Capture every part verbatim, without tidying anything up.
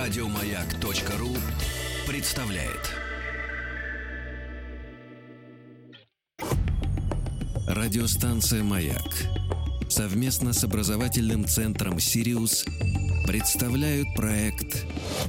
Радиомаяк.ру представляет. Радиостанция «Маяк» совместно с образовательным центром «Сириус» представляют проект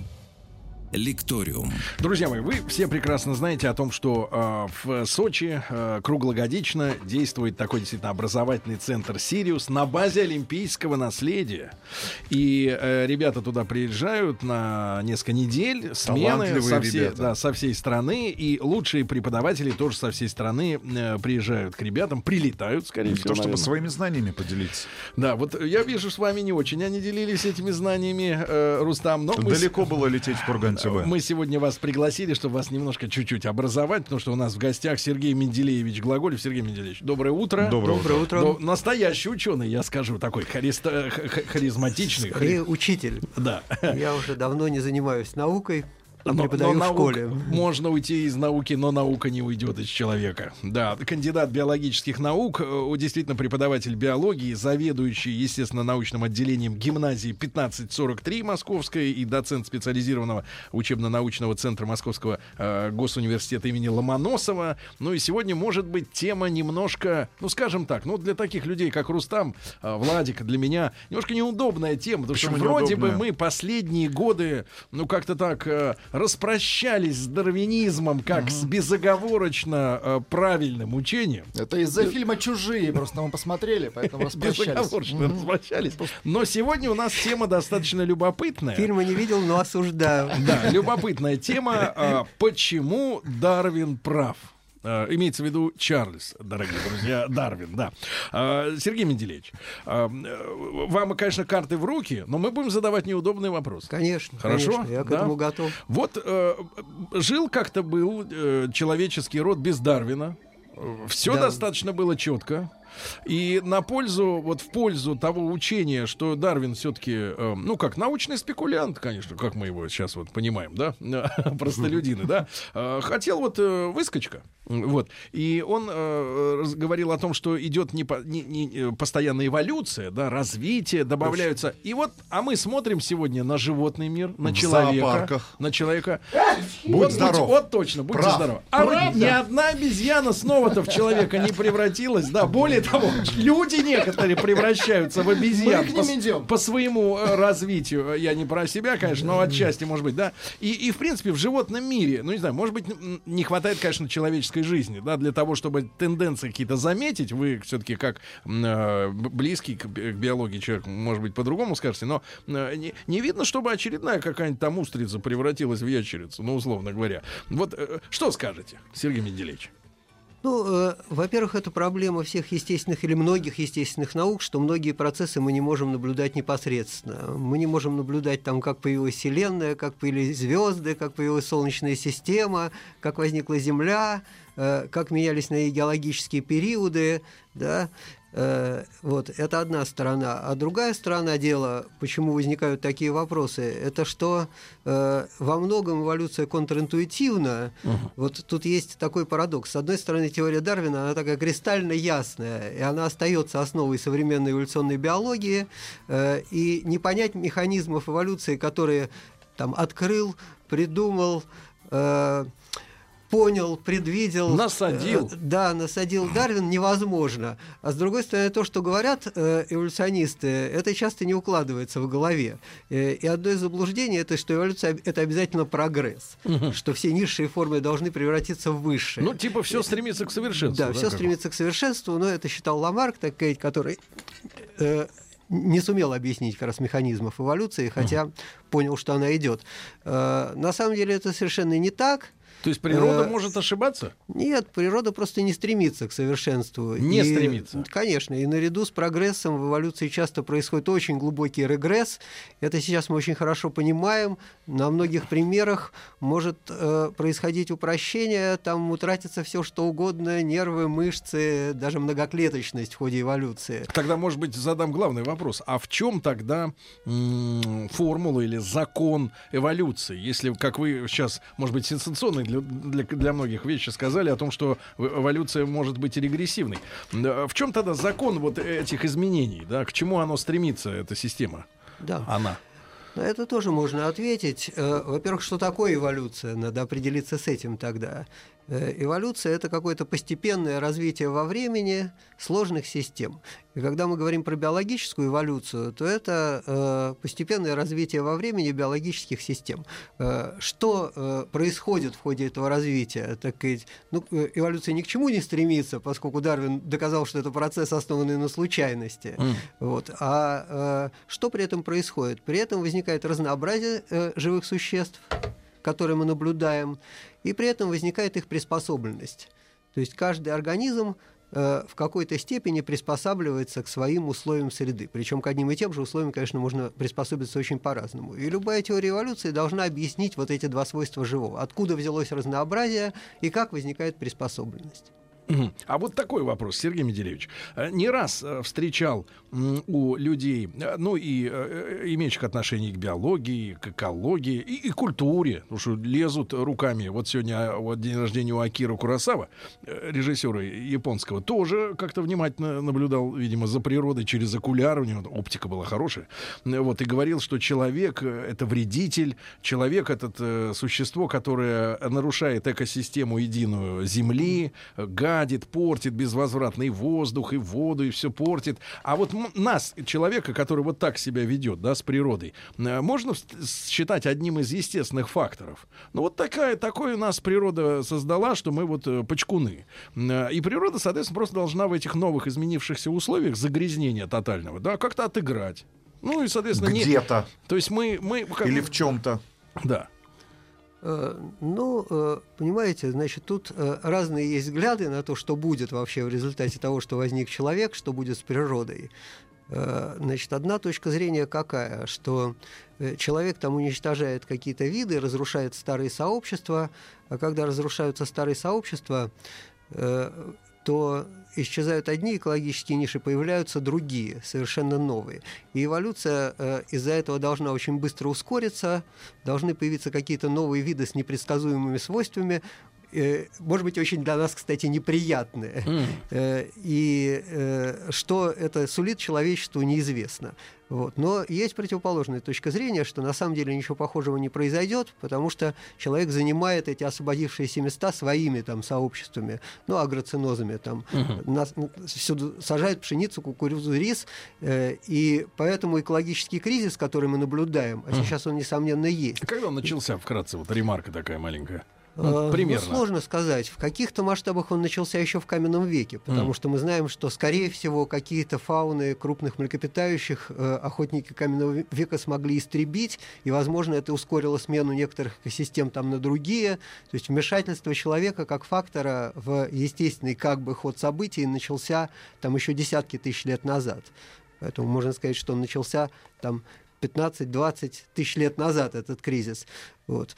«Лекториум». Друзья мои, вы все прекрасно знаете о том, что э, в Сочи э, круглогодично действует такой действительно образовательный центр «Сириус» на базе олимпийского наследия. И э, ребята туда приезжают на несколько недель, смены со всей, да, со всей страны. И лучшие преподаватели тоже со всей страны э, приезжают к ребятам, прилетают, скорее всего. То, чтобы своими знаниями поделиться. Да, вот я вижу, с вами не очень они делились этими знаниями, э, Рустам. Но Далеко мы... было лететь в Курган. Мы сегодня вас пригласили, чтобы вас немножко чуть-чуть образовать, потому что у нас в гостях Сергей Менделеевич Глаголев. Сергей Менделеевич, доброе утро. Доброе, доброе утро. утро. Но настоящий ученый, я скажу, такой хариста, харизматичный. Скорее, учитель. Да. Я уже давно не занимаюсь наукой. Но, преподаю но в школе. Можно уйти из науки, но наука не уйдет из человека. Да, кандидат биологических наук, действительно преподаватель биологии, заведующий, естественно, научным отделением гимназии пятнадцать сорок три Московской и доцент специализированного учебно-научного центра Московского э, госуниверситета имени Ломоносова. Ну и сегодня, может быть, тема немножко, ну скажем так, ну для таких людей, как Рустам, э, Владик, для меня немножко неудобная тема, потому Почему что вроде неудобная? бы мы последние годы, ну как-то так... Э, распрощались с дарвинизмом как угу. с безоговорочно э, правильным учением. Это из-за фильма «Чужие», просто мы посмотрели, поэтому распрощались. Безоговорочно угу. распрощались. Но сегодня у нас тема достаточно любопытная. Фильма не видел, но осуждаю. Да, любопытная тема. э, почему Дарвин прав? Uh, имеется в виду Чарльз, дорогие друзья, Дарвин, да. Uh, Сергей Менделеевич, uh, вам, конечно, карты в руки, но мы будем задавать неудобные вопросы. Конечно, хорошо, конечно, я к да? этому готов. Вот uh, жил как-то был uh, человеческий род без Дарвина. Все да. достаточно было четко. И на пользу, вот в пользу того учения, что Дарвин все-таки, э, ну, как научный спекулянт, конечно, как мы его сейчас вот понимаем, да, простолюдины, да, э, хотел вот э, выскочка, вот, и он э, говорил о том, что идет не, по, не, не постоянная эволюция, да, развитие, добавляются, и вот, а мы смотрим сегодня на животный мир, на в человека, зоопарках. на человека. Будь вот, здоров. Будь, вот точно, будьте Прав. здоровы. А вот ни одна обезьяна снова-то в человека не превратилась, да, более того, люди некоторые превращаются в обезьян по, по своему э, развитию. Я не про себя, конечно, но отчасти, может быть, да. И, и, в принципе, в животном мире, ну, не знаю, может быть, не хватает, конечно, человеческой жизни, да, для того, чтобы тенденции какие-то заметить. Вы все-таки как э, близкий к, к биологии человек, может быть, по-другому скажете, но э, не, не видно, чтобы очередная какая-нибудь там устрица превратилась в ящерицу, ну, условно говоря. Вот э, что скажете, Сергей Менделеевич? Ну, э, во-первых, это проблема всех естественных или многих естественных наук, что многие процессы мы не можем наблюдать непосредственно. Мы не можем наблюдать там, как появилась Вселенная, как появились звезды, как появилась Солнечная система, как возникла Земля, э, как менялись на геологические периоды, да. Э, вот, это одна сторона. А другая сторона дела, почему возникают такие вопросы, это что э, во многом эволюция контринтуитивна. Uh-huh. Вот тут есть такой парадокс. С одной стороны, теория Дарвина, она такая кристально ясная, и она остается основой современной эволюционной биологии, э, и не понять механизмов эволюции, которые там открыл, придумал, э, понял, предвидел, насадил. Э, да, насадил Дарвин, невозможно. А с другой стороны, то, что говорят э, эволюционисты, это часто не укладывается в голове. Э, и одно из заблуждений — это, что эволюция — это обязательно прогресс, угу. что все низшие формы должны превратиться в высшие. Ну, типа, все стремится к совершенству. Да, да все стремится к совершенству, но это считал Ламарк, так сказать, который... Э, не сумел объяснить как раз механизмов эволюции, хотя uh-huh. понял, что она идет. Э, на самом деле это совершенно не так. То есть природа э, может ошибаться? Нет, природа просто не стремится к совершенству. Не и, стремится? Конечно. И наряду с прогрессом в эволюции часто происходит очень глубокий регресс. Это сейчас мы очень хорошо понимаем. На многих примерах может э, происходить упрощение, там утратится все что угодно, нервы, мышцы, даже многоклеточность в ходе эволюции. Тогда, может быть, задам главный вопрос. А в чем тогда м- формула или закон эволюции? Если, как вы сейчас, может быть, сенсационный для, для, для многих вещи сказали о том, что эволюция может быть и регрессивной. В чем тогда закон вот этих изменений? Да? К чему оно стремится, эта система? Да. Она. На это тоже можно ответить. Во-первых, что такое эволюция? Надо определиться с этим тогда. Эволюция – это какое-то постепенное развитие во времени сложных систем. И когда мы говорим про биологическую эволюцию, то это э, постепенное развитие во времени биологических систем. Э, что э, происходит в ходе этого развития? Так сказать, ну, эволюция ни к чему не стремится, поскольку Дарвин доказал, что это процесс, основанный на случайности. Mm. Вот. А э, что при этом происходит? При этом возникает разнообразие э, живых существ, которые мы наблюдаем, и при этом возникает их приспособленность. То есть каждый организм э, в какой-то степени приспосабливается к своим условиям среды. Причем к одним и тем же условиям, конечно, можно приспособиться очень по-разному. И любая теория эволюции должна объяснить вот эти два свойства живого. Откуда взялось разнообразие и как возникает приспособленность. А вот такой вопрос, Сергей Менделеевич. Не раз встречал у людей, ну и имеющих отношение к биологии, к экологии и, и культуре, потому что лезут руками. Вот сегодня вот день рождения у Акиры Куросава, режиссера японского, тоже как-то внимательно наблюдал, видимо, за природой через окуляр, у него оптика была хорошая. Вот, и говорил, что человек — это вредитель, человек — это существо, которое нарушает экосистему единую Земли, гадит, портит безвозвратно и воздух, и воду, и все портит. А вот нас, человека, который вот так себя ведет, да, с природой, можно считать одним из естественных факторов. Ну вот такая, такое нас природа создала, что мы вот почкуны. И природа, соответственно, просто должна в этих новых изменившихся условиях загрязнения тотального, да, как-то отыграть. Ну и, соответственно, где-то. Не... То есть мы... мы как... Или в чем-то. Да. Ну, понимаете, значит, тут разные есть взгляды на то, что будет вообще в результате того, что возник человек, что будет с природой. Значит, одна точка зрения какая, что человек там уничтожает какие-то виды, разрушает старые сообщества, а когда разрушаются старые сообщества, то исчезают одни экологические ниши, появляются другие, совершенно новые. И эволюция э, из-за этого должна очень быстро ускориться, должны появиться какие-то новые виды с непредсказуемыми свойствами, э, может быть, очень для нас, кстати, неприятные. Mm. Э, и э, что это сулит человечеству, неизвестно. Вот. Но есть противоположная точка зрения, что на самом деле ничего похожего не произойдет, потому что человек занимает эти освободившиеся места своими там, сообществами, ну, агроцинозами, там, uh-huh. нас, всюду сажает пшеницу, кукурузу, рис, э, и поэтому экологический кризис, который мы наблюдаем, а uh-huh. сейчас он, несомненно, есть. Когда он начался, вкратце, вот ремарка такая маленькая? Ну, примерно. Ну, сложно сказать. В каких-то масштабах он начался еще в каменном веке, потому mm. что мы знаем, что, скорее всего, какие-то фауны крупных млекопитающих э, охотники каменного века смогли истребить, и, возможно, это ускорило смену некоторых экосистем там на другие. То есть вмешательство человека как фактора в естественный как бы ход событий начался там еще десятки тысяч лет назад. Поэтому можно сказать, что он начался там пятнадцать-двадцать тысяч лет назад, этот кризис. Вот.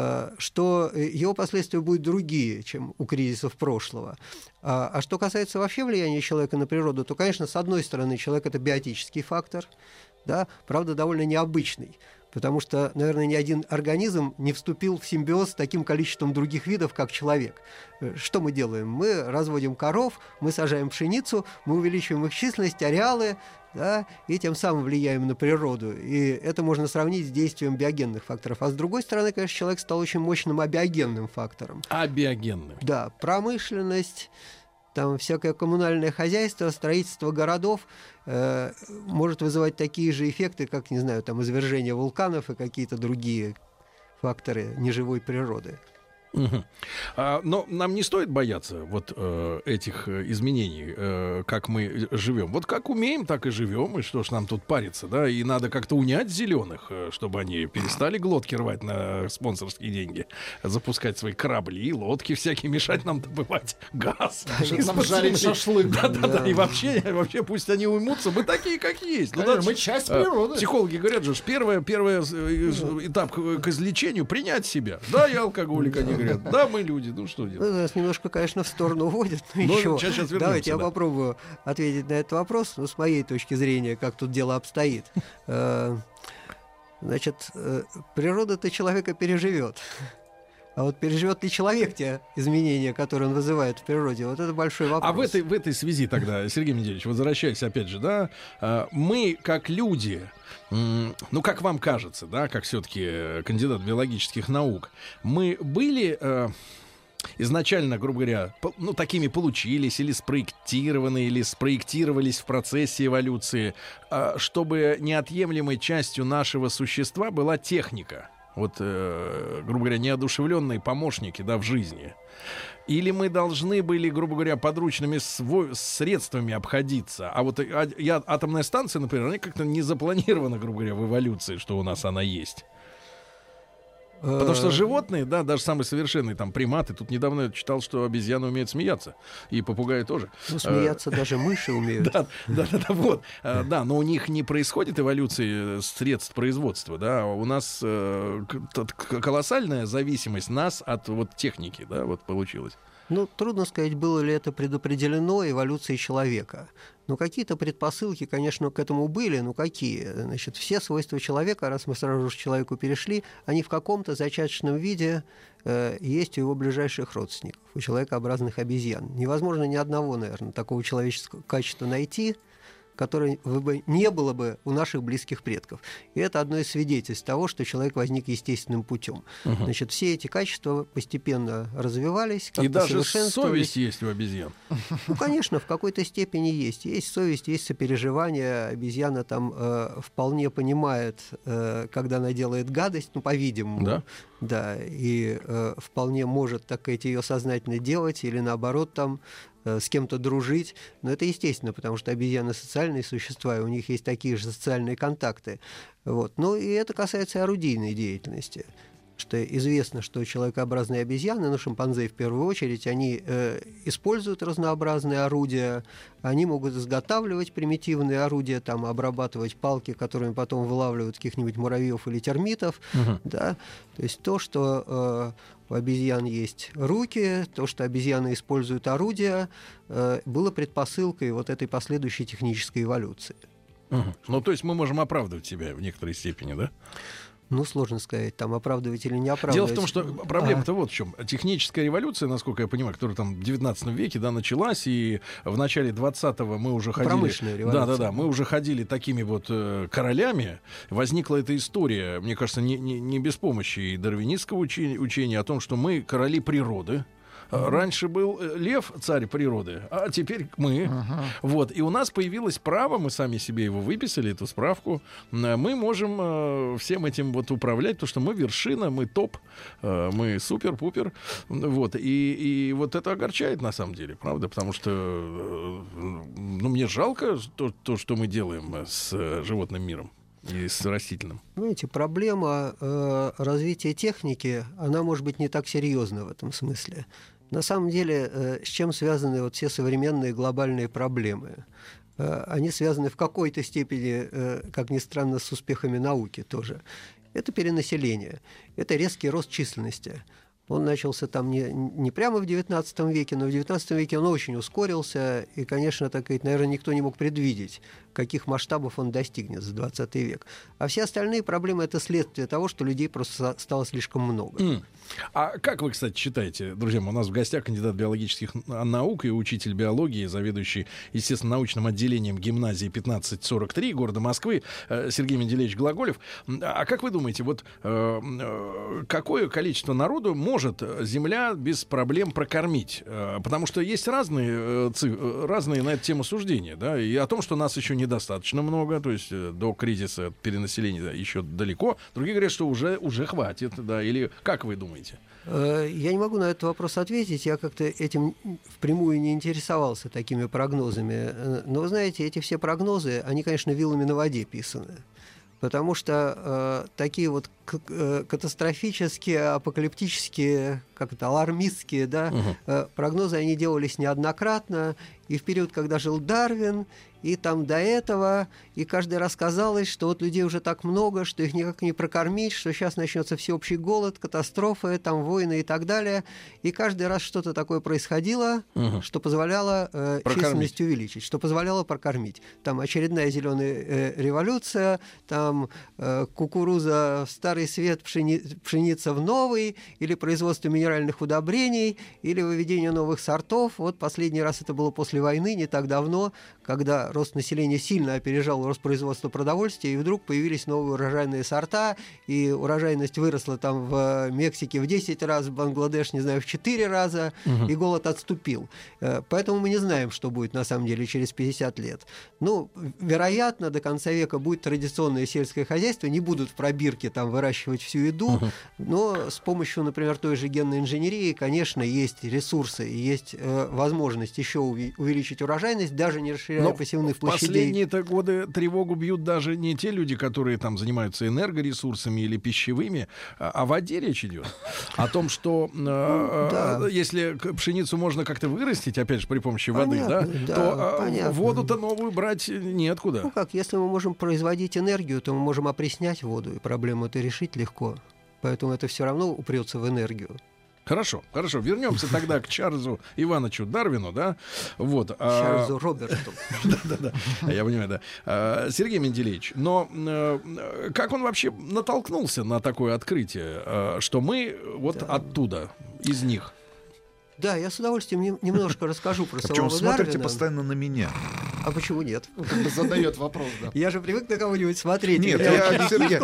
Что его последствия будут другие, чем у кризисов прошлого. А, а что касается вообще влияния человека на природу, то, конечно, с одной стороны, человек — это биотический фактор, да, правда, довольно необычный. Потому что, наверное, ни один организм не вступил в симбиоз с таким количеством других видов, как человек. Что мы делаем? Мы разводим коров, мы сажаем пшеницу, мы увеличиваем их численность, ареалы, да, и тем самым влияем на природу. И это можно сравнить с действием биогенных факторов. А с другой стороны, конечно, человек стал очень мощным абиогенным фактором. Абиогенным. Да, промышленность, там всякое коммунальное хозяйство, строительство городов э, может вызывать такие же эффекты, как, не знаю, там извержение вулканов и какие-то другие факторы неживой природы. Угу. А, но нам не стоит бояться вот э, этих изменений, э, как мы живем. Вот как умеем, так и живем. И что ж нам тут париться, да? И надо как-то унять зеленых, чтобы они перестали глотки рвать на спонсорские деньги, запускать свои корабли, лодки всякие, мешать нам добывать газ. Нам жарить шашлык. Да-да-да. И вообще, вообще пусть они уймутся. Мы такие, как есть. Ну, да, мы часть природы. Психологи говорят же, первый этап к излечению — принять себя. Да, я алкоголик, они говорят. Да, мы люди, ну что делать? Ну, нас немножко, конечно, в сторону уводят, но, но еще. Сейчас, сейчас давайте я да. попробую ответить на этот вопрос, ну, с моей точки зрения, как тут дело обстоит. Значит, природа-то человека переживет. А вот переживет ли человек те изменения, которые он вызывает в природе, вот это большой вопрос. А в этой, в этой связи тогда, Сергей Менделевич, возвращаясь опять же, да, мы как люди, ну, как вам кажется, да, как все-таки кандидат биологических наук, мы были изначально, грубо говоря, ну, такими получились или спроектированы, или спроектировались в процессе эволюции, чтобы неотъемлемой частью нашего существа была техника? Вот, э, грубо говоря, неодушевленные помощники, да, в жизни. Или мы должны были, грубо говоря, подручными сво- средствами обходиться. А вот а, я, атомная станция, например, она как-то не запланирована, грубо говоря, в эволюции, что у нас она есть. Потому что животные, да, даже самые совершенные там приматы, тут недавно я читал, что обезьяны умеют смеяться, и попугаи тоже. Ну, смеяться даже мыши умеют. Да, да, да, да, вот. Да, но у них не происходит эволюции средств производства, да, у нас колоссальная зависимость нас от вот техники, да, вот получилось. Ну, трудно сказать, было ли это предопределено эволюцией человека. Ну, какие-то предпосылки, конечно, к этому были, но какие? Значит, все свойства человека, раз мы сразу же к человеку перешли, они в каком-то зачаточном виде э, есть у его ближайших родственников, у человекообразных обезьян. Невозможно ни одного, наверное, такого человеческого качества найти, которое бы не было бы у наших близких предков. И это одно из свидетельств того, что человек возник естественным путем. Угу. Значит, все эти качества постепенно развивались, как-то и даже совершенствовались. Совесть есть у обезьян. Ну, конечно, в какой-то степени есть. Есть совесть, есть сопереживание. Обезьяна там э, вполне понимает, э, когда она делает гадость, ну, по-видимому. Да. Да, и э, вполне может, так сказать, ее сознательно делать или, наоборот, там с кем-то дружить, но это естественно, потому что обезьяны социальные существа, и у них есть такие же социальные контакты. Вот. Ну и это касается и орудийной деятельности. Что известно, что человекообразные обезьяны, ну, шимпанзе в первую очередь, они э, используют разнообразные орудия, они могут изготавливать примитивные орудия, там, обрабатывать палки, которыми потом вылавливают каких-нибудь муравьев или термитов. Uh-huh. Да? То есть то, что э, у обезьян есть руки, то, что обезьяны используют орудия, э, было предпосылкой вот этой последующей технической эволюции. Uh-huh. Ну, то есть мы можем оправдывать себя в некоторой степени, да? Ну, сложно сказать, там, оправдывать или не оправдывать. Дело в том, что проблема-то а. вот в чем. Техническая революция, насколько я понимаю, которая там в девятнадцатом веке, да, началась, и в начале двадцатого мы уже ходили... Промышленная революция. Да-да-да, мы уже ходили такими вот э, королями. Возникла эта история, мне кажется, не, не, не без помощи и дарвинистского учения, учения о том, что мы короли природы. Uh-huh. Раньше был лев, царь природы, а теперь мы. Uh-huh. Вот. И у нас появилось право, мы сами себе его выписали, эту справку. Мы можем э, всем этим вот управлять, потому что мы вершина, мы топ, э, мы супер-пупер. Вот. И, и вот это огорчает на самом деле, правда? Потому что э, ну, мне жалко то, то, что мы делаем с э, животным миром. И с растительным. Знаете, проблема э, развития техники, она может быть не так серьезна в этом смысле. На самом деле, э, с чем связаны вот все современные глобальные проблемы? Э, они связаны в какой-то степени, э, как ни странно, с успехами науки тоже. Это перенаселение, это резкий рост численности. Он начался там не, не прямо в девятнадцатом веке, но в девятнадцатом веке он очень ускорился, и, конечно, так сказать, наверное, никто не мог предвидеть, каких масштабов он достигнет за двадцатый век. А все остальные проблемы — это следствие того, что людей просто стало слишком много. Mm. А как вы, кстати, считаете, друзья мои, у нас в гостях кандидат биологических наук и учитель биологии, заведующий, естественно, научным отделением гимназии пятнадцать сорок три города Москвы Сергей Менделевич Глаголев. А как вы думаете, вот э, какое количество народу может Земля без проблем прокормить? Потому что есть разные, разные на эту тему суждения, да, и о том, что нас еще недостаточно много, то есть до кризиса перенаселения еще далеко. Другие говорят, что уже, уже хватит, да, или как вы думаете? Я не могу на этот вопрос ответить, я как-то этим впрямую не интересовался, такими прогнозами. Но вы знаете, эти все прогнозы, они, конечно, вилами на воде писаны. Потому что э, такие вот к- э, катастрофические, апокалиптические, как это, алармистские, да, uh-huh. э, прогнозы, они делались неоднократно, и в период, когда жил Дарвин, и там до этого, и каждый раз казалось, что вот людей уже так много, что их никак не прокормить, что сейчас начнется всеобщий голод, катастрофы, там войны и так далее. И каждый раз что-то такое происходило, угу. что позволяло э, численность увеличить, что позволяло прокормить. Там очередная зеленая э, революция, там э, кукуруза в старый свет, пшени, пшеница в новый, или производство минеральных удобрений, или выведение новых сортов. Вот последний раз это было после войны, не так давно, когда рост населения сильно опережал рост производства продовольствия, и вдруг появились новые урожайные сорта, и урожайность выросла там в Мексике в десять раз, в Бангладеш, не знаю, в четыре раза, угу. и голод отступил. Поэтому мы не знаем, что будет на самом деле через пятьдесят лет. Ну, вероятно, до конца века будет традиционное сельское хозяйство, не будут в пробирке там выращивать всю еду, угу. но с помощью, например, той же генной инженерии, конечно, есть ресурсы, есть э, возможность еще увеличить урожайность, даже не расширяя посевные в последние-то годы тревогу бьют даже не те люди, которые там занимаются энергоресурсами или пищевыми, а о воде речь идет. О том, что э, да. если пшеницу можно как-то вырастить, опять же, при помощи понятно, воды, да, да, то понятно. воду-то новую брать неоткуда. Ну как, если мы можем производить энергию, то мы можем опреснять воду, и проблему это решить легко. Поэтому это все равно упрется в энергию. Хорошо, хорошо. Вернемся тогда к Чарльзу Ивановичу Дарвину, да? Вот. Чарльзу а... Роберту. Да-да-да, я понимаю, да. А, Сергей Менделеевич, но а, как он вообще натолкнулся на такое открытие, а, что мы вот да. оттуда, из них? Да, я с удовольствием немножко расскажу про а самого почему смотрите Дарвина. постоянно на меня? А почему нет? Он как бы задает вопрос, да. Я же привык на кого-нибудь смотреть. Нет, я к Сергею.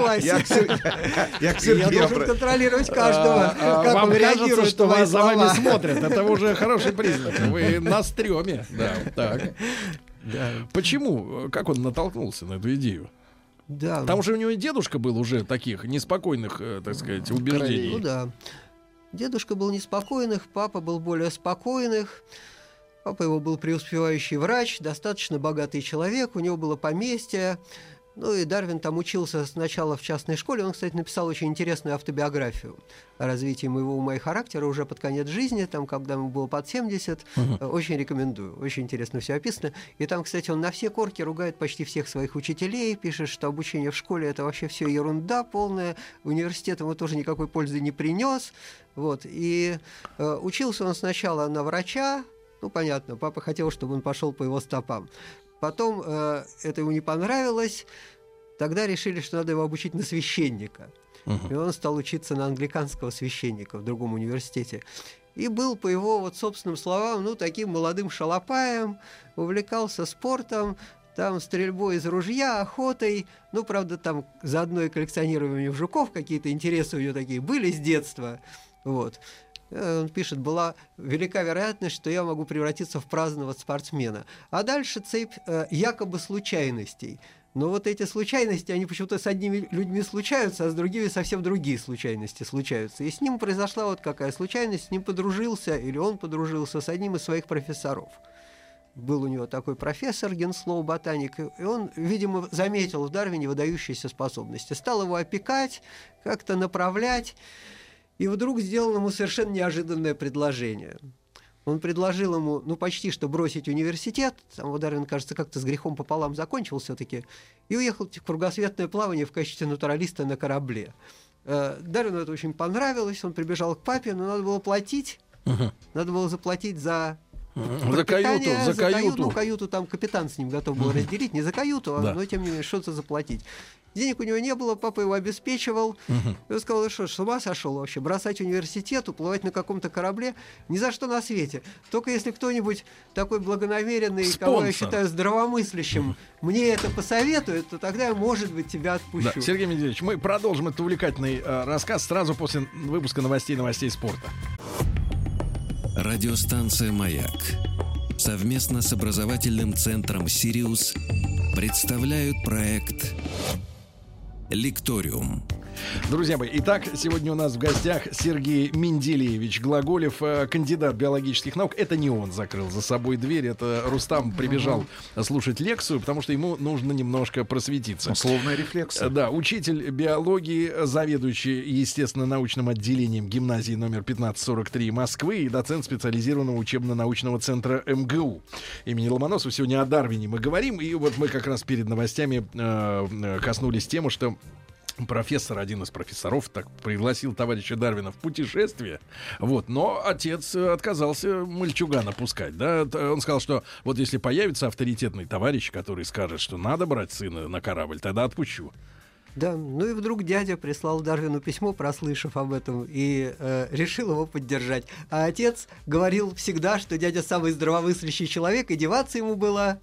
Я должен контролировать каждого, как вам он кажется, реагирует что на мои вас за вами слова. смотрят. Это уже хороший признак. Вы на стреме. Да, так. Почему? Как он натолкнулся на эту идею? Да. Там уже у него и дедушка был уже таких неспокойных, так сказать, убеждений. Ну да. Дедушка был неспокойных, папа был более спокойных. Папа его был преуспевающий врач, достаточно богатый человек, у него было поместье. Ну и Дарвин там учился сначала в частной школе. Он, кстати, написал очень интересную автобиографию о развитии моего ума и характера уже под конец жизни, там, когда ему было под семьдесят. Uh-huh. Очень рекомендую, очень интересно все описано. И там, кстати, он на все корки ругает почти всех своих учителей, пишет, что обучение в школе — это вообще все ерунда полная, университет ему тоже никакой пользы не принес. Вот. И э, учился он сначала на врача. Ну, понятно, папа хотел, чтобы он пошел по его стопам. Потом э, это ему не понравилось. Тогда решили, что надо его обучить на священника. Uh-huh. И он стал учиться на англиканского священника в другом университете. И был, по его вот собственным словам, ну, таким молодым шалопаем, увлекался спортом, там стрельбой из ружья, охотой. Ну, правда, там заодно и коллекционированием жуков, какие-то интересы у него такие были с детства. Вот. Он пишет, была велика вероятность, что я могу превратиться в праздного спортсмена. А дальше цепь э, якобы случайностей. Но вот эти случайности, они почему-то с одними людьми случаются, а с другими совсем другие случайности случаются. И с ним произошла вот какая случайность. С ним подружился, или он подружился с одним из своих профессоров. Был у него такой профессор, Генслоу, ботаник, и он, видимо, заметил в Дарвине выдающиеся способности. Стал его опекать, как-то направлять. И вдруг сделал ему совершенно неожиданное предложение. Он предложил ему, ну, почти что бросить университет, там вот Дарвин, кажется, как-то с грехом пополам закончил все-таки, и уехал в кругосветное плавание в качестве натуралиста на корабле. Дарвину это очень понравилось, он прибежал к папе, но надо было платить, uh-huh. надо было заплатить за... Uh-huh. За каюту, за, за каюту. каюту. Ну, каюту там капитан с ним готов был uh-huh. разделить, не за каюту, да. но тем не менее что-то заплатить. Денег у него не было, папа его обеспечивал. Uh-huh. И он сказал, что с ума сошел вообще, бросать университет, уплывать на каком-то корабле, ни за что на свете. Только если кто-нибудь такой благонамеренный, Спонсор. Кого я считаю здравомыслящим, uh-huh. мне это посоветует, то тогда я, может быть, тебя отпущу. Да. Сергей Менделеевич, мы продолжим этот увлекательный э, рассказ сразу после выпуска новостей новостей спорта. Радиостанция «Маяк» совместно с образовательным центром «Сириус» представляют проект Лекториум. Друзья мои, итак, сегодня у нас в гостях Сергей Менделеевич Глаголев, кандидат биологических наук. Это не он закрыл за собой дверь, это Рустам прибежал слушать лекцию, потому что ему нужно немножко просветиться. Условная рефлексия. Да, учитель биологии, заведующий естественно-научным отделением гимназии номер пятнадцать сорок три Москвы и доцент специализированного учебно-научного центра эм гэ у имени Ломоносова. Сегодня о Дарвине мы говорим, и вот мы как раз перед новостями э, коснулись темы, что профессор, один из профессоров, так пригласил товарища Дарвина в путешествие, вот, но отец отказался мальчугана пускать, да, он сказал, что вот если появится авторитетный товарищ, который скажет, что надо брать сына на корабль, тогда отпущу. Да, ну и вдруг дядя прислал Дарвину письмо, прослышав об этом, и э, решил его поддержать. А отец говорил всегда, что дядя самый здравомыслящий человек, и деваться ему было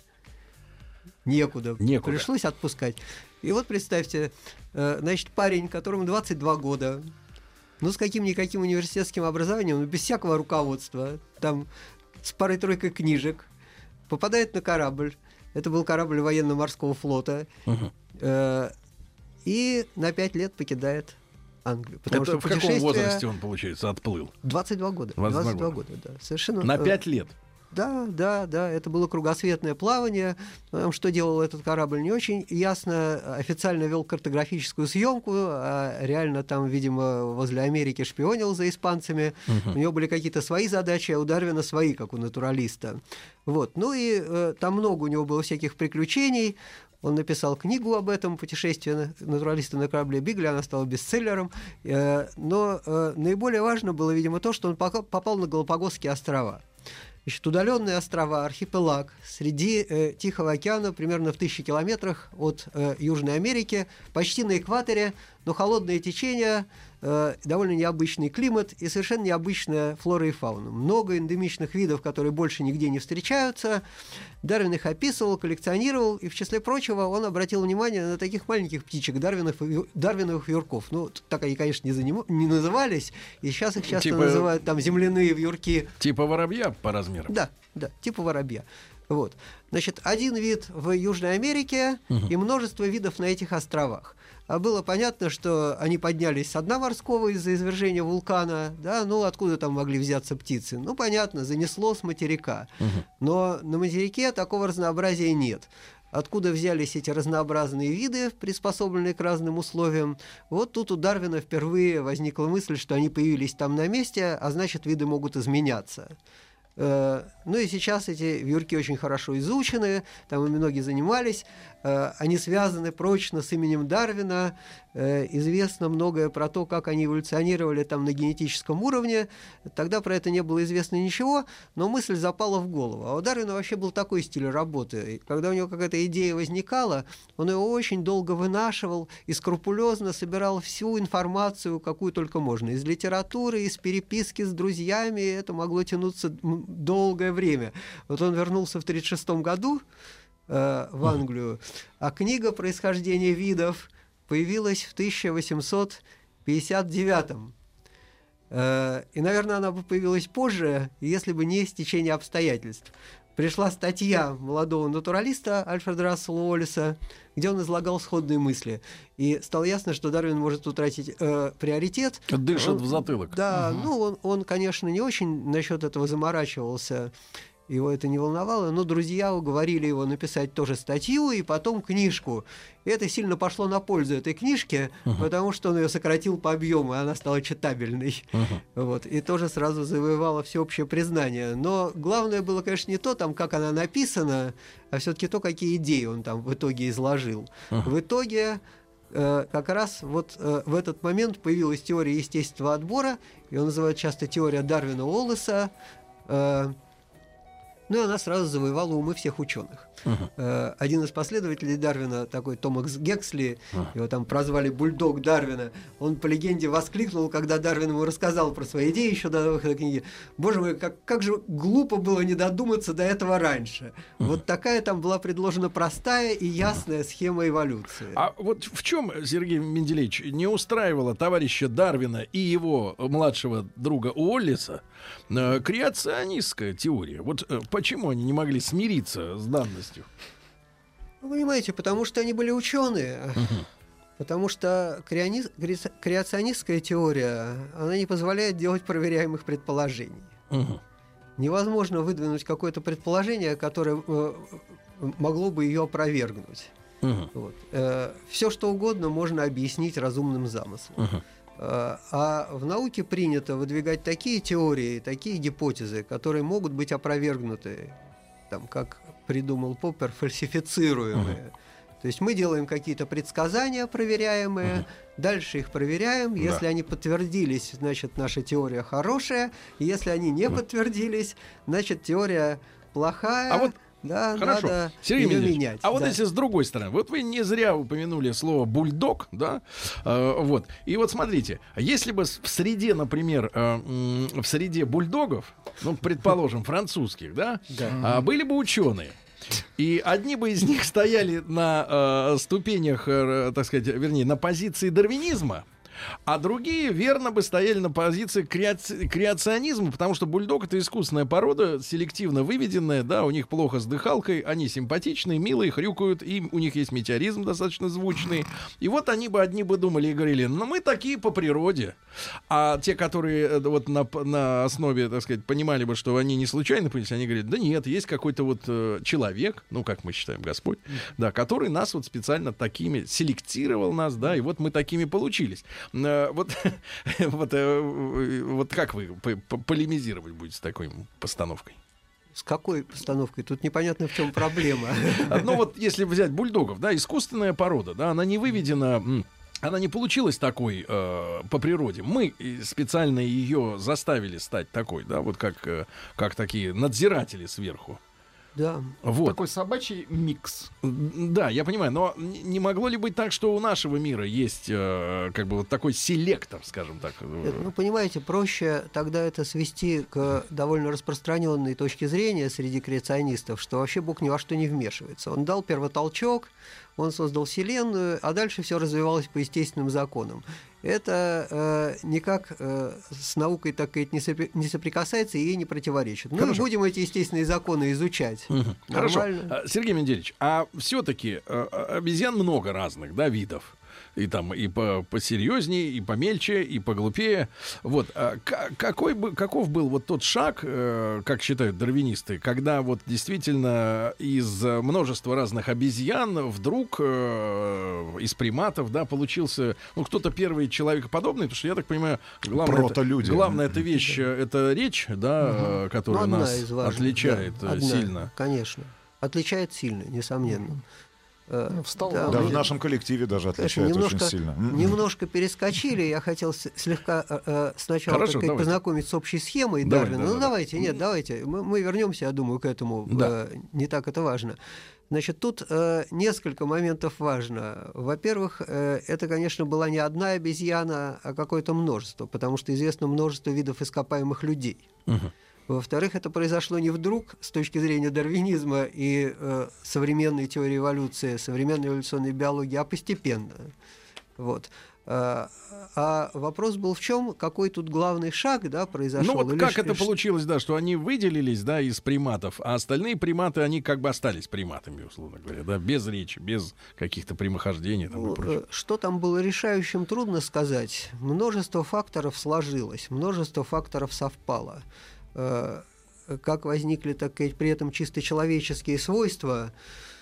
некуда. Некуда. Пришлось отпускать. И вот представьте, э, значит, парень, которому двадцать два года, ну с каким-никаким университетским образованием, ну, без всякого руководства, там с парой-тройкой книжек, попадает на корабль. Это был корабль военно-морского флота. Uh-huh. Э, и на пять лет покидает Англию. Потому Это что в каком возрасте он, получается, отплыл? двадцать два года. двадцать два года, да. Совершенно. На пять лет? Да, да, да, это было кругосветное плавание. Что делал этот корабль, не очень ясно. Официально вел картографическую съемку, а реально там, видимо, возле Америки шпионил за испанцами. Uh-huh. У него были какие-то свои задачи, а у Дарвина свои, как у натуралиста. Вот. Ну и э, там много у него было всяких приключений. Он написал книгу об этом, «Путешествие натуралиста на корабле Бигли», она стала бестселлером. Но наиболее важно было, видимо, то, что он попал на Галапагосские острова. Значит, удаленные острова, архипелаг среди э, Тихого океана, примерно в тысячи километрах от э, Южной Америки, почти на экваторе, но холодное течение, э, довольно необычный климат и совершенно необычная флора и фауна. Много эндемичных видов, которые больше нигде не встречаются. Дарвин их описывал, коллекционировал, и в числе прочего он обратил внимание на таких маленьких птичек, дарвинов, дарвиновых вьюрков. Ну, так они, конечно, не, заним... не назывались, и сейчас их часто типа... называют там земляные вьюрки. Типа воробья по размерам? Да, да, типа воробья. Вот. Значит, один вид в Южной Америке угу. и множество видов на этих островах. А было понятно, что они поднялись с дна морского из-за извержения вулкана, да, ну откуда там могли взяться птицы? Ну, понятно, занесло с материка. Угу. Но на материке такого разнообразия нет. Откуда взялись эти разнообразные виды, приспособленные к разным условиям? Вот тут у Дарвина впервые возникла мысль, что они появились там на месте, а значит, виды могут изменяться. Ну и сейчас эти вьюрки очень хорошо изучены, там и многие занимались, они связаны прочно с именем Дарвина, известно многое про то, как они эволюционировали там на генетическом уровне, тогда про это не было известно ничего, но мысль запала в голову. А у Дарвина вообще был такой стиль работы, когда у него какая-то идея возникала, он ее очень долго вынашивал и скрупулезно собирал всю информацию, какую только можно, из литературы, из переписки с друзьями, это могло тянуться долгое время. Вот он вернулся в тысяча девятьсот тридцать шестом году э, в Англию, а книга «Происхождение видов» появилась в тысяча восемьсот пятьдесят девятом. Э, и, наверное, она бы появилась позже, если бы не стечение обстоятельств. Пришла статья молодого натуралиста Альфреда Рассела Уоллеса, где он излагал сходные мысли. И стало ясно, что Дарвин может утратить э, приоритет. Дышит он, в затылок. Да, угу. ну он, он, конечно, не очень насчет этого заморачивался. Его это не волновало, но друзья уговорили его написать тоже статью и потом книжку. И это сильно пошло на пользу этой книжке, uh-huh. потому что он ее сократил по объему, и она стала читабельной. Uh-huh. Вот. И тоже сразу завоевала всеобщее признание. Но главное было, конечно, не то, там, как она написана, а все-таки то, какие идеи он там в итоге изложил. Uh-huh. В итоге э, как раз вот э, в этот момент появилась теория естественного отбора, ее называют часто теория Дарвина-Уоллеса. Э, Ну и она сразу завоевала умы всех ученых. Uh-huh. Один из последователей Дарвина, такой Томас Гексли, uh-huh. его там прозвали «Бульдог Дарвина», он по легенде воскликнул, когда Дарвин ему рассказал про свои идеи еще до выхода книги: «Боже мой, как, как же глупо было не додуматься до этого раньше». Uh-huh. Вот такая там была предложена простая и ясная uh-huh. схема эволюции. А вот в чем, Сергей Менделеевич, не устраивало товарища Дарвина и его младшего друга Уоллеса э, креационистская теория? Вот э, почему они не могли смириться с данностью? Вы понимаете, потому что они были ученые. Uh-huh. Потому что креони... креационистская теория, она не позволяет делать проверяемых предположений. Угу. Невозможно выдвинуть какое-то предположение, которое э, могло бы ее опровергнуть. Угу. Вот. Э, все, что угодно, можно объяснить разумным замыслом. Угу. Э, а в науке принято выдвигать такие теории, такие гипотезы, которые могут быть опровергнуты, там, как придумал Поппер, фальсифицируемые. Угу. То есть мы делаем какие-то предсказания проверяемые, угу. дальше их проверяем. Да. Если они подтвердились, значит, наша теория хорошая. Если они не подтвердились, значит, теория плохая. А вот да, хорошо, надо Сергей ее Менделевич, менять. а да. вот если с другой стороны, вот вы не зря упомянули слово бульдог, да, э, вот, и вот смотрите, если бы в среде, например, э, в среде бульдогов, ну, предположим, французских, да, да. были бы ученые, и одни бы из них стояли на э, ступенях, э, так сказать, вернее, на позиции дарвинизма, а другие верно бы стояли на позиции креаци... креационизма, потому что бульдог — это искусственная порода, селективно выведенная, да, у них плохо с дыхалкой, они симпатичные, милые, хрюкают, и у них есть метеоризм достаточно звучный. И вот они бы одни бы думали и говорили, ну мы такие по природе. А те, которые вот на, на основе, так сказать, понимали бы, что они не случайно появились, они говорят, да нет, есть какой-то вот э, человек, ну как мы считаем, Господь, да, который нас вот специально такими селектировал нас, да, и вот мы такими получились. Вот, вот, вот как вы полемизировать будете с такой постановкой? С какой постановкой? Тут непонятно, в чем проблема. Ну вот если взять бульдогов, да, искусственная порода, да, она не выведена, она не получилась такой э, по природе. Мы специально ее заставили стать такой, да, вот как, как такие надзиратели сверху. Да. Вот. Такой собачий микс. Да, я понимаю, но не могло ли быть так, что у нашего мира есть э, как бы вот такой селектор, скажем так? Ну, понимаете, проще тогда это свести к довольно распространенной точке зрения среди креационистов, что вообще Бог ни во что не вмешивается. Он дал первотолчок, он создал Вселенную, а дальше все развивалось по естественным законам. Это э, никак э, с наукой, так сказать, не, сопри- не соприкасается и ей не противоречит. Ну, будем эти естественные законы изучать. Угу. Хорошо. Нормально. Сергей Менделевич, а все-таки э, обезьян много разных, да, видов. И там и по, посерьезнее, и помельче, и поглупее. Вот. А к- какой бы, каков был вот тот шаг, э, как считают дарвинисты, когда вот действительно из множества разных обезьян вдруг э, из приматов, да, получился, ну, кто-то первый человекоподобный, потому что, я так понимаю, главное, это, главное эта вещь, это речь, да, угу. которая ну, нас важных, отличает да, одна, сильно. Конечно. Отличает сильно, несомненно. Ну, встал, да, да, в нашем коллективе даже отличается немножко, очень сильно. Немножко перескочили. Я хотел слегка э, сначала Хорошо, так сказать, познакомить с общей схемой давай, Дарвина. давай, ну, давайте, нет, давайте. Мы, мы вернемся, я думаю, к этому. Да. Э, не так это важно. Значит, тут э, несколько моментов важно. Во-первых, э, это, конечно, была не одна обезьяна, а какое-то множество, потому что известно множество видов ископаемых людей. Угу. Во-вторых, это произошло не вдруг с точки зрения дарвинизма и э, современной теории эволюции, современной эволюционной биологии, а постепенно. Вот. А, а вопрос был в чем, какой тут главный шаг, да, произошел? Ну вот Или как ш... это получилось, да, что они выделились, да, из приматов, а остальные приматы, они как бы остались приматами, условно говоря, да, без речи, без каких-то прямохождений там, ну, и прочего. Что там было решающим, трудно сказать. Множество факторов сложилось, множество факторов совпало. Как возникли, так сказать, при этом чисто человеческие свойства,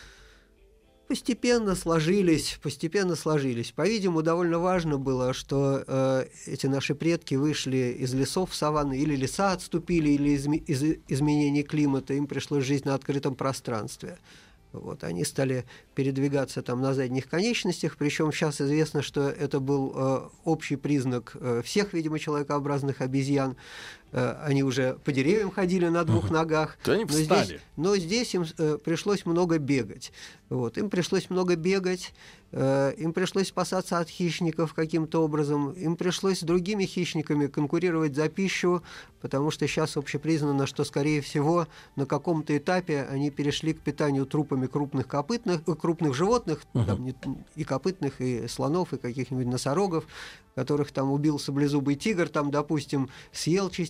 постепенно сложились, постепенно сложились. По-видимому, довольно важно было, что э, эти наши предки вышли из лесов в саванны, или леса отступили, или из, из изменений климата, им пришлось жить на открытом пространстве. Вот, они стали передвигаться там на задних конечностях, причем сейчас известно, что это был э, общий признак э, всех, видимо, человекообразных обезьян. Э, они уже по деревьям ходили на двух uh-huh. ногах, но здесь, но здесь им э, пришлось много бегать. Вот, им пришлось много бегать, э, им пришлось спасаться от хищников каким-то образом, им пришлось с другими хищниками конкурировать за пищу, потому что сейчас общепризнано, что, скорее всего, на каком-то этапе они перешли к питанию трупами крупных копытных, крупных животных, uh-huh. там, и копытных, и слонов, и каких-нибудь носорогов, которых там убил саблезубый тигр, там, допустим, съел частично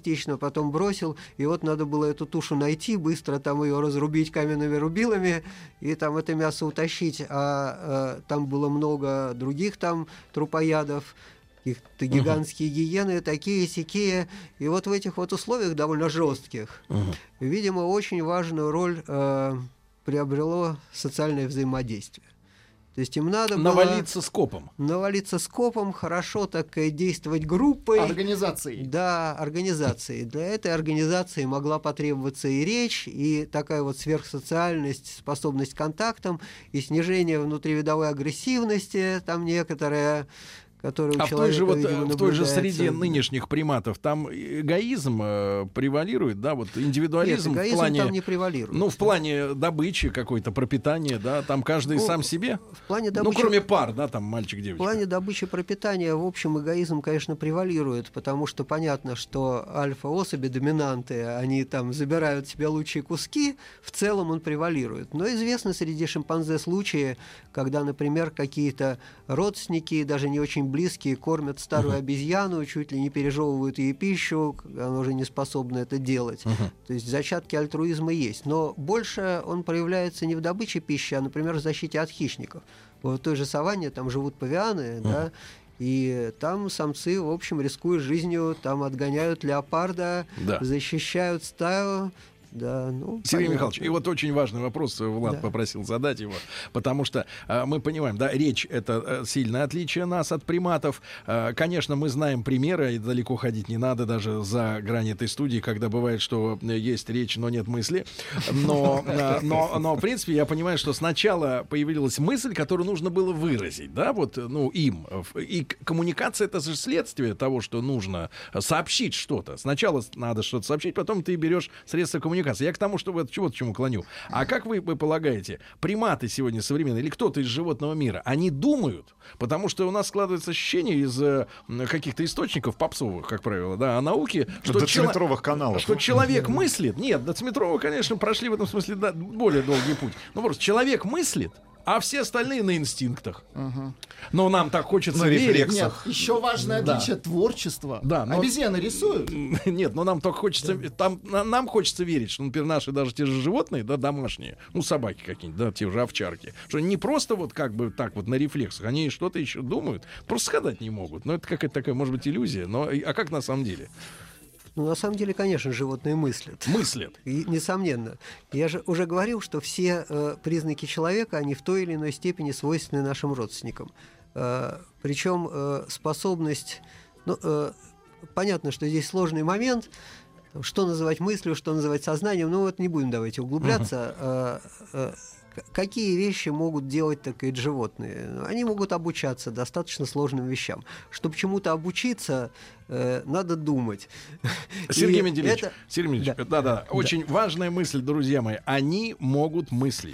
частично, потом бросил, и вот надо было эту тушу найти, быстро там ее разрубить каменными рубилами, и там это мясо утащить, а, а там было много других там трупоядов, каких-то гигантские uh-huh. гиены, такие-сякие. И вот в этих вот условиях довольно жестких, uh-huh. видимо, очень важную роль э, приобрело социальное взаимодействие. То есть им надо навалиться было скопом. Навалиться скопом, хорошо так действовать группой. Организацией. Да, организацией. Для этой организации могла потребоваться и речь, и такая вот сверхсоциальность, способность к контактам, и снижение внутривидовой агрессивности, там некоторая... А в той же, вот, в той же среде нынешних приматов там эгоизм э, превалирует, да, вот индивидуализм. Нет, эгоизм в плане, там не превалирует. Ну, в плане добычи какой-то, пропитания, да, там каждый ну, сам себе. В плане добычи, ну, кроме пар, да, там мальчик-девочка. В плане добычи пропитания, в общем, эгоизм, конечно, превалирует, потому что понятно, что альфа-особи, доминанты, они там забирают себе лучшие куски, в целом он превалирует. Но известны среди шимпанзе случаи, когда, например, какие-то родственники, даже не очень близкие, кормят старую uh-huh. обезьяну, чуть ли не пережевывают ей пищу, она уже не способна это делать. Uh-huh. То есть зачатки альтруизма есть. Но больше он проявляется не в добыче пищи, а, например, в защите от хищников. Вот в той же саванне там живут павианы, uh-huh. да, и там самцы, в общем, рискуя жизнью, там отгоняют леопарда, да. защищают стаю. Да, ну, Сергей понятно. Михайлович, и вот очень важный вопрос Влад да. попросил задать его, потому что э, мы понимаем, да, речь — это э, сильное отличие нас от приматов. Э, конечно, мы знаем примеры, и далеко ходить не надо даже за грани этой студии, когда бывает, что есть речь, но нет мысли. Но, э, но, но в принципе, я понимаю, что сначала появилась мысль, которую нужно было выразить, да, вот, ну, им. И коммуникация — это же следствие того, что нужно сообщить что-то. Сначала надо что-то сообщить, потом ты берешь средства коммуникации. Я к тому, что вот чего-то чему клоню. А как вы, вы полагаете, приматы сегодня современные или кто-то из животного мира, они думают? Потому что у нас складывается ощущение из э, каких-то источников попсовых, как правило, да, о науке, что, чело... каналов. что человек мыслит. Нет, доциметровых, конечно, прошли в этом смысле да, более долгий путь. Но просто человек мыслит, а все остальные на инстинктах. Угу. Но нам так хочется на верить. Нет, еще важное отличие да. творчества. Да, но... Обезьяны рисуют. Нет, но нам только хочется, да. там, нам хочется верить, что, например, наши даже те же животные, да, домашние, ну, собаки какие-нибудь, да, те же овчарки, что не просто вот как бы так вот на рефлексах, они что-то еще думают, просто сказать не могут. Но это какая-то такая, может быть, иллюзия. Но, а как на самом деле? Ну, на самом деле, конечно, животные мыслят. Мыслят. И, несомненно. Я же уже говорил, что все э, признаки человека, они в той или иной степени свойственны нашим родственникам. Э, причем э, способность... Ну, э, понятно, что здесь сложный момент, что называть мыслью, что называть сознанием, но вот не будем давайте углубляться. Uh-huh. Э, э, Какие вещи могут делать, так сказать, животные? Они могут обучаться достаточно сложным вещам. Чтобы чему-то обучиться, э, надо думать. Сергей Менделеевич, это... Сергей Менделеевич, да. Да, да, очень да. важная мысль, друзья мои. Они могут мыслить.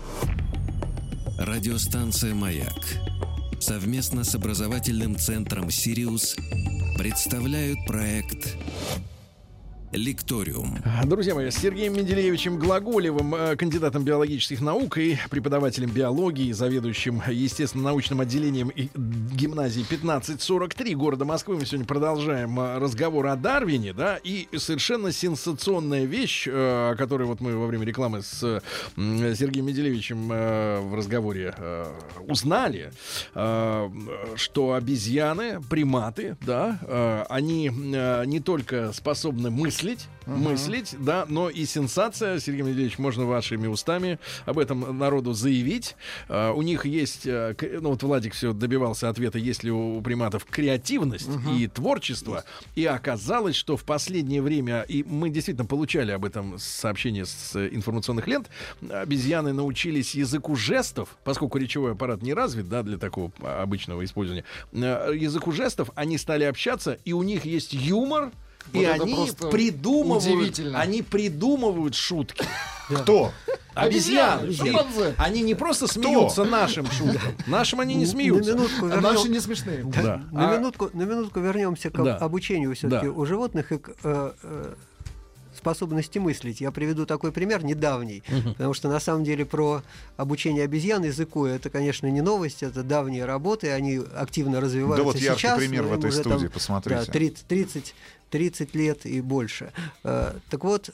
Радиостанция «Маяк» совместно с образовательным центром «Сириус» представляют проект «Лекториум». Друзья мои, с Сергеем Менделеевичем Глаголевым, кандидатом биологических наук и преподавателем биологии, заведующим естественно-научным отделением гимназии пятнадцать сорок три города Москвы, мы сегодня продолжаем разговор о Дарвине, да, и совершенно сенсационная вещь, о которой вот мы во время рекламы с Сергеем Менделеевичем в разговоре узнали, что обезьяны, приматы, да, они не только способны мыслить, Мыслить, uh-huh. мыслить, да, но и сенсация, Сергей Менделеевич, можно вашими устами об этом народу заявить. Uh, у них есть, uh, ну вот Владик все добивался ответа, есть ли у приматов креативность uh-huh. и творчество. И оказалось, что в последнее время, и мы действительно получали об этом сообщение с информационных лент, обезьяны научились языку жестов, поскольку речевой аппарат не развит, да, для такого обычного использования. Uh, языку жестов они стали общаться, и у них есть юмор. Вот и они придумывают, они придумывают шутки. Кто? Обезьяны. Они не просто смеются нашим шуткам. Нашим они не смеются. А наши не смешные. Да. На, минутку, на минутку вернемся к да. обучению все-таки да. у животных и к э, э, способности мыслить. Я приведу такой пример недавний, uh-huh. потому что на самом деле про обучение обезьян языку это, конечно, не новость, это давние работы, они активно развиваются. Да вот яркий сейчас, пример в этой студии, там, посмотрите. Да, тридцать, тридцать, тридцать лет и больше. Так вот,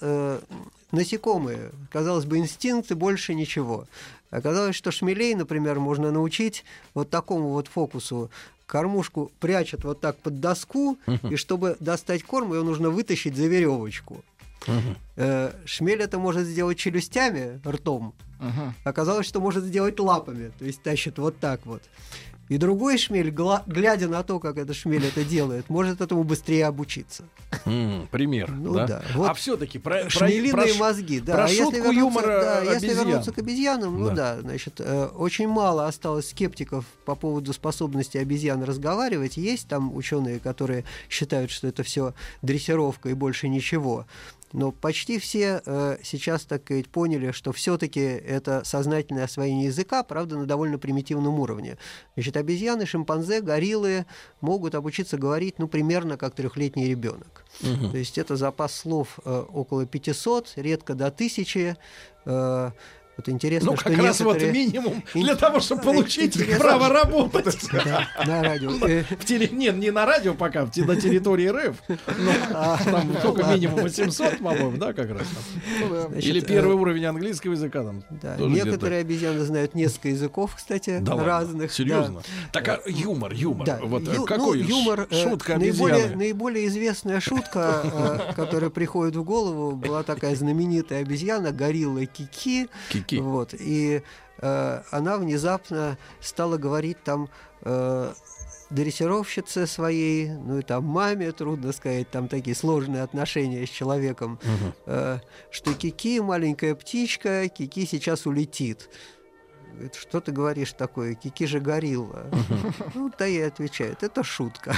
насекомые, казалось бы, инстинкты, больше ничего. Оказалось, что шмелей, например, можно научить вот такому вот фокусу. Кормушку прячут вот так под доску, uh-huh. и чтобы достать корм, ее нужно вытащить за веревочку. Uh-huh. Шмель это может сделать челюстями, ртом. Uh-huh. Оказалось, что может сделать лапами, то есть тащит вот так вот. И другой шмель, гла- глядя на то, как этот шмель это делает, может этому быстрее обучиться. Mm, пример, ну, да? да. Вот а все-таки про шмелиные про, мозги, да. Про а шутку если юмора да, обезьян. Если вернуться к обезьянам, ну да, да значит, э, очень мало осталось скептиков по поводу способности обезьян разговаривать. Есть там ученые, которые считают, что это все дрессировка и больше ничего. Но почти все э, сейчас, так сказать, поняли, что все-таки это сознательное освоение языка, правда, на довольно примитивном уровне. Значит, обезьяны, шимпанзе, гориллы могут обучиться говорить, ну, примерно как трехлетний ребенок. Угу. То есть это запас слов э, около пятисот, редко до тысячи. Э, Вот интересно, ну, что как раз некоторые... вот минимум для того, чтобы получить Интересно. право работать. Да, на радио. В теле... Нет, не на радио пока, на территории РФ. Но там только минимум восемьсот, по-моему, да, как раз. Или первый уровень английского языка там. Да, некоторые обезьяны знают несколько языков, кстати, да разных. Серьезно? Да. Так а юмор, юмор. Да. Вот Ю, какой ну, юмор? Шутка э, обезьяны. Наиболее, наиболее известная шутка, э, которая приходит в голову, была такая знаменитая обезьяна, горилла Кики. Кики. Вот, и э, она внезапно стала говорить там э, дрессировщице своей, ну и там маме, трудно сказать, там такие сложные отношения с человеком, uh-huh. э, что Кики маленькая птичка, Кики сейчас улетит. Говорит, что ты говоришь такое? Кики же горилла. Uh-huh. Ну, та ей отвечает, это шутка.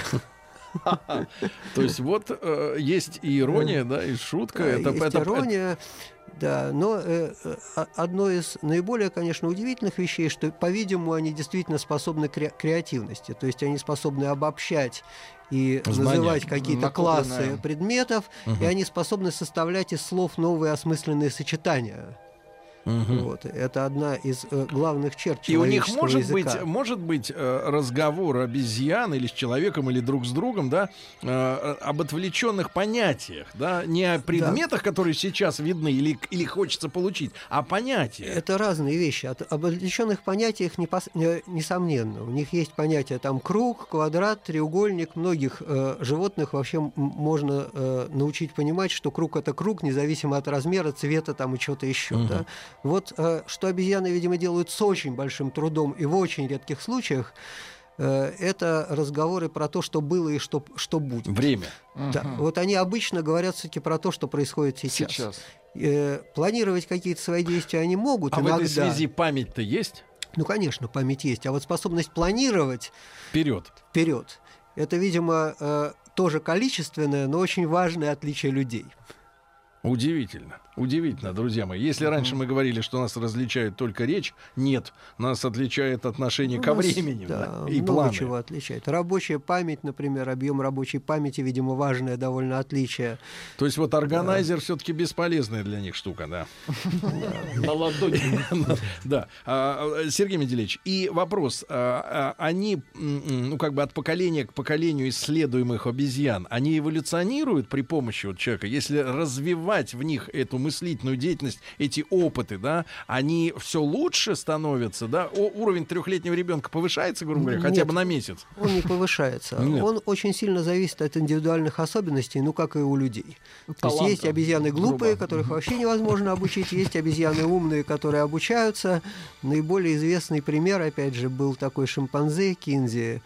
То есть вот э, есть и ирония, да, и шутка. Да, это, есть это, ирония, это... да, но э, одно из наиболее, конечно, удивительных вещей, что, по-видимому, они действительно способны к кре- креативности, то есть они способны обобщать и Знания. называть какие-то классы предметов, угу. и они способны составлять из слов новые осмысленные сочетания. Угу. Вот. Это одна из э, главных черт человеческого языка. И у них может языка. быть, может быть э, разговор обезьян или с человеком, или друг с другом, да, э, об отвлеченных понятиях, да, не о предметах, да. которые сейчас видны или, или хочется получить, а понятия. Это разные вещи. От, об отвлеченных понятиях непос... несомненно. У них есть понятия там круг, квадрат, треугольник. Многих э, животных вообще м- можно э, научить понимать, что круг — это круг, независимо от размера, цвета там и чего-то еще. Угу. Да? Вот э, что обезьяны, видимо, делают с очень большим трудом и в очень редких случаях, э, это разговоры про то, что было и что, что будет. Время. Да. Uh-huh. Вот они обычно говорят все-таки про то, что происходит сейчас. сейчас. Э, планировать какие-то свои действия они могут. А иногда. в этой связи память-то есть? Ну, конечно, память есть. А вот способность планировать вперед. Вперед. Это, видимо, э, тоже количественное, но очень важное отличие людей. Удивительно. Удивительно, друзья мои. Если раньше мы говорили, что нас различает только речь, нет, нас отличает отношение у ко нас, времени, да, да, и много планы. чего отличает. Рабочая память, например, объем рабочей памяти, видимо, важное довольно отличие. То есть вот органайзер да. все-таки бесполезная для них штука, да? На ладони. Да. Сергей Менделеевич, и вопрос. Они, ну, как бы от поколения к поколению исследуемых обезьян, они эволюционируют при помощи вот человека, если развивать в них эту мыслительную деятельность, эти опыты, да, они все лучше становятся, да? О, уровень трехлетнего ребенка повышается, грубо говоря, хотя Нет, бы на месяц? Он не повышается. Нет. Он очень сильно зависит от индивидуальных особенностей, ну, как и у людей. Таланта. То есть есть обезьяны глупые, грубо. Которых вообще невозможно обучить, есть обезьяны умные, которые обучаются. Наиболее известный пример, опять же, был такой шимпанзе Кинзи.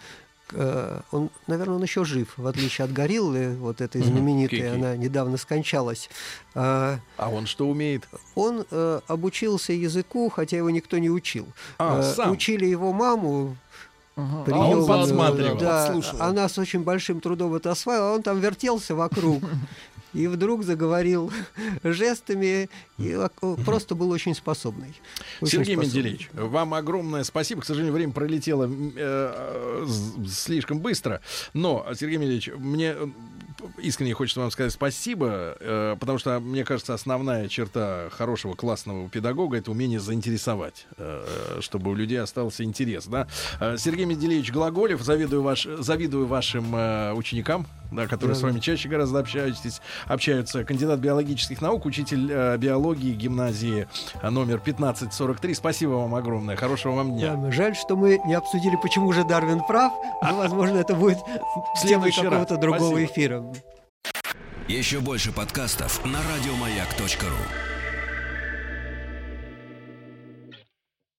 Он, наверное, он еще жив, в отличие от гориллы, вот этой знаменитой, mm-hmm. она недавно скончалась. А он что умеет? Он э, обучился языку, хотя его никто не учил. А, э, сам? Учили его маму. Uh-huh. Прием, а он подсматривал, да, она с очень большим трудом это осваивала, он там вертелся вокруг. И вдруг заговорил жестами, и просто был очень способный. Очень Сергей способный. Менделеевич, вам огромное спасибо. К сожалению, время пролетело э, слишком быстро. Но, Сергей Менделеевич, мне искренне хочется вам сказать спасибо, э, потому что, мне кажется, основная черта хорошего классного педагога — это умение заинтересовать, э, чтобы у людей остался интерес. Да? Сергей Менделеевич Глаголев, завидую, ваш, завидую вашим э, ученикам, да, которые да. с вами чаще гораздо общаетесь, общаются. Кандидат биологических наук, учитель э, биологии гимназии номер пятнадцать сорок три. Спасибо вам огромное. Хорошего вам дня. Да, жаль, что мы не обсудили, почему же Дарвин прав. Но, возможно, это будет в следующий какого-то другого Спасибо. эфира. Еще больше подкастов на радиомаяк точка ру.